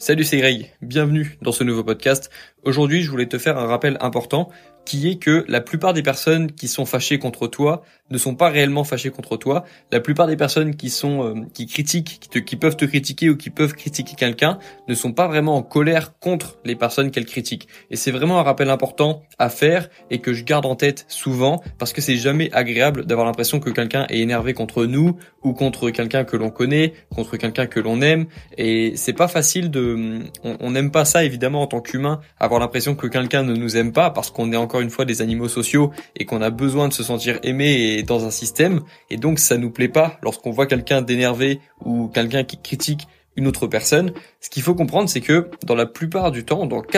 Salut, c'est Greg, bienvenue dans ce nouveau podcast. Aujourd'hui, je voulais te faire un rappel important qui est que la plupart des personnes qui sont fâchées contre toi ne sont pas réellement fâchées contre toi. La plupart des personnes qui critiquent, qui peuvent te critiquer ou qui peuvent critiquer quelqu'un ne sont pas vraiment en colère contre les personnes qu'elles critiquent. Et c'est vraiment un rappel important à faire et que je garde en tête souvent parce que c'est jamais agréable d'avoir l'impression que quelqu'un est énervé contre nous ou contre quelqu'un que l'on connaît, contre quelqu'un que l'on aime. Et c'est pas facile on n'aime pas ça évidemment en tant qu'humain, avoir l'impression que quelqu'un ne nous aime pas parce qu'on est encore une fois des animaux sociaux et qu'on a besoin de se sentir aimé et dans un système, et donc ça nous plaît pas lorsqu'on voit quelqu'un d'énervé ou quelqu'un qui critique une autre personne. Ce qu'il faut comprendre, c'est que dans la plupart du temps, dans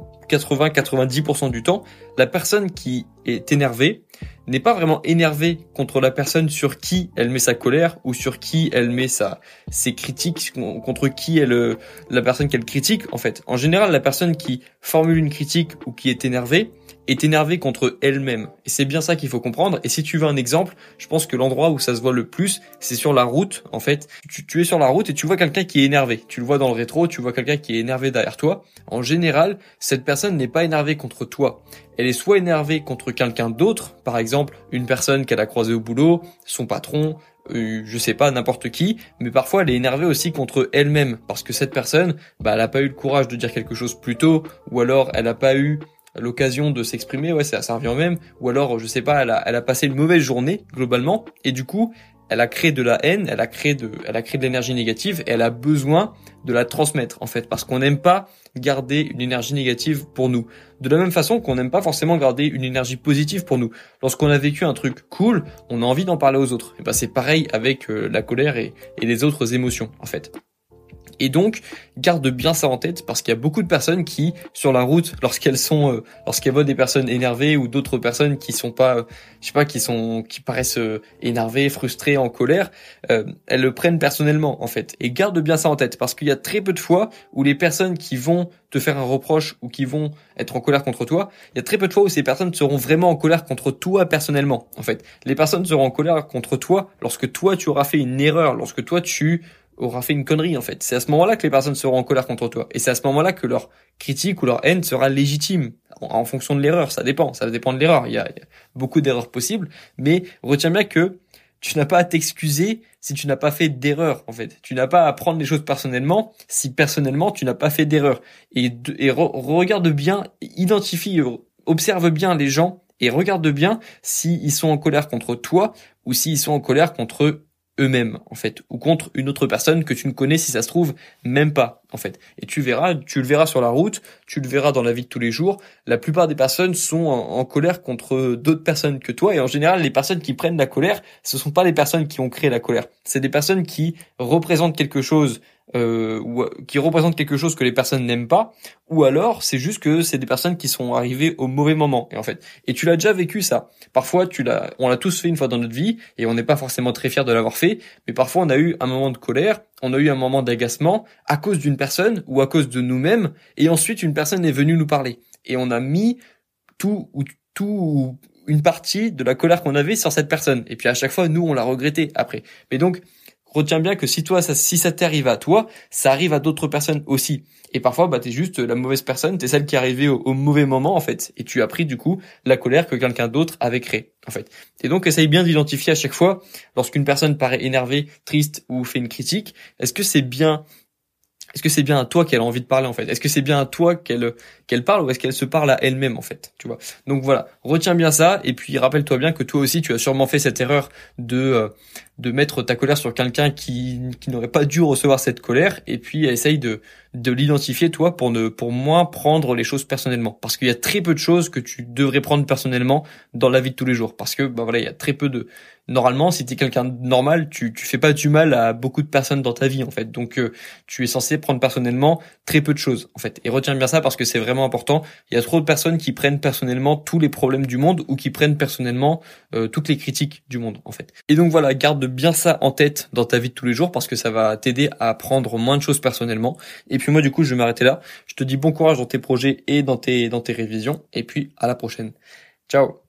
90% du temps, la personne qui est énervée n'est pas vraiment énervée contre la personne sur qui elle met sa colère ou sur qui elle met ses critiques, contre qui la personne qu'elle critique, en fait. En général, la personne qui formule une critique ou qui est énervée contre elle-même. Et c'est bien ça qu'il faut comprendre. Et si tu veux un exemple, je pense que l'endroit où ça se voit le plus, c'est sur la route, en fait. Tu es sur la route et tu vois quelqu'un qui est énervé. Tu le vois dans le rétro, tu vois quelqu'un qui est énervé derrière toi. En général, cette personne n'est pas énervée contre toi. Elle est soit énervée contre quelqu'un d'autre, par exemple, une personne qu'elle a croisée au boulot, son patron, je sais pas, n'importe qui, mais parfois elle est énervée aussi contre elle-même, parce que cette personne, elle a pas eu le courage de dire quelque chose plus tôt, ou alors elle a pas eu l'occasion de s'exprimer, ça revient au même, ou alors, je sais pas, elle a passé une mauvaise journée, globalement, et du coup, elle a créé de la haine, elle a créé de l'énergie négative, et elle a besoin de la transmettre, en fait, parce qu'on n'aime pas garder une énergie négative pour nous. De la même façon qu'on n'aime pas forcément garder une énergie positive pour nous. Lorsqu'on a vécu un truc cool, on a envie d'en parler aux autres. Et c'est pareil avec la colère et les autres émotions, en fait. Et donc, garde bien ça en tête parce qu'il y a beaucoup de personnes qui, sur la route, lorsqu'elles voient des personnes énervées ou d'autres personnes qui sont pas, qui paraissent énervées, frustrées, en colère, elles le prennent personnellement, en fait. Et garde bien ça en tête parce qu'il y a très peu de fois où les personnes qui vont te faire un reproche ou qui vont être en colère contre toi, il y a très peu de fois où ces personnes seront vraiment en colère contre toi personnellement, en fait. Les personnes seront en colère contre toi lorsque toi tu auras fait une erreur, lorsque toi tu aura fait une connerie, en fait. C'est à ce moment-là que les personnes seront en colère contre toi. Et c'est à ce moment-là que leur critique ou leur haine sera légitime en fonction de l'erreur. Ça dépend de l'erreur. Il y a beaucoup d'erreurs possibles, mais retiens bien que tu n'as pas à t'excuser si tu n'as pas fait d'erreur, en fait. Tu n'as pas à prendre les choses personnellement si personnellement tu n'as pas fait d'erreur. Et regarde bien, identifie, observe bien les gens et regarde bien s'ils sont en colère contre toi ou s'ils sont en colère contre eux-mêmes, en fait, ou contre une autre personne que tu ne connais, si ça se trouve, même pas, en fait. Et tu le verras sur la route, tu le verras dans la vie de tous les jours, la plupart des personnes sont en colère contre d'autres personnes que toi, et en général, les personnes qui prennent la colère, ce sont pas les personnes qui ont créé la colère, c'est des personnes qui représentent quelque chose, que les personnes n'aiment pas, ou alors c'est juste que c'est des personnes qui sont arrivées au mauvais moment, et tu l'as déjà vécu ça. Parfois on l'a tous fait une fois dans notre vie et on n'est pas forcément très fier de l'avoir fait, mais parfois on a eu un moment de colère, on a eu un moment d'agacement à cause d'une personne ou à cause de nous-mêmes, et ensuite une personne est venue nous parler et on a mis tout une partie de la colère qu'on avait sur cette personne, et puis à chaque fois nous on l'a regretté après. Mais donc retiens bien que si ça t'arrive à toi, ça arrive à d'autres personnes aussi. Et parfois, t'es juste la mauvaise personne, t'es celle qui est arrivée au mauvais moment, en fait. Et tu as pris, du coup, la colère que quelqu'un d'autre avait créée, en fait. Et donc, essaye bien d'identifier à chaque fois, lorsqu'une personne paraît énervée, triste ou fait une critique, est-ce que c'est bien à toi qu'elle a envie de parler, en fait? Est-ce que c'est bien à toi qu'elle parle, ou est-ce qu'elle se parle à elle-même, en fait? Tu vois? Donc voilà. Retiens bien ça, et puis rappelle-toi bien que toi aussi, tu as sûrement fait cette erreur de mettre ta colère sur quelqu'un qui n'aurait pas dû recevoir cette colère, et puis essaye de l'identifier, toi, pour moins prendre les choses personnellement. Parce qu'il y a très peu de choses que tu devrais prendre personnellement dans la vie de tous les jours. Parce que, il y a très peu normalement, si t'es quelqu'un de normal, tu fais pas du mal à beaucoup de personnes dans ta vie, en fait. Donc, tu es censé prendre personnellement très peu de choses, en fait. Et retiens bien ça parce que c'est vraiment important. Il y a trop de personnes qui prennent personnellement tous les problèmes du monde ou qui prennent personnellement toutes les critiques du monde, en fait. Et donc voilà, garde bien ça en tête dans ta vie de tous les jours parce que ça va t'aider à prendre moins de choses personnellement. Et puis moi, du coup, je vais m'arrêter là. Je te dis bon courage dans tes projets et dans tes révisions. Et puis, à la prochaine. Ciao.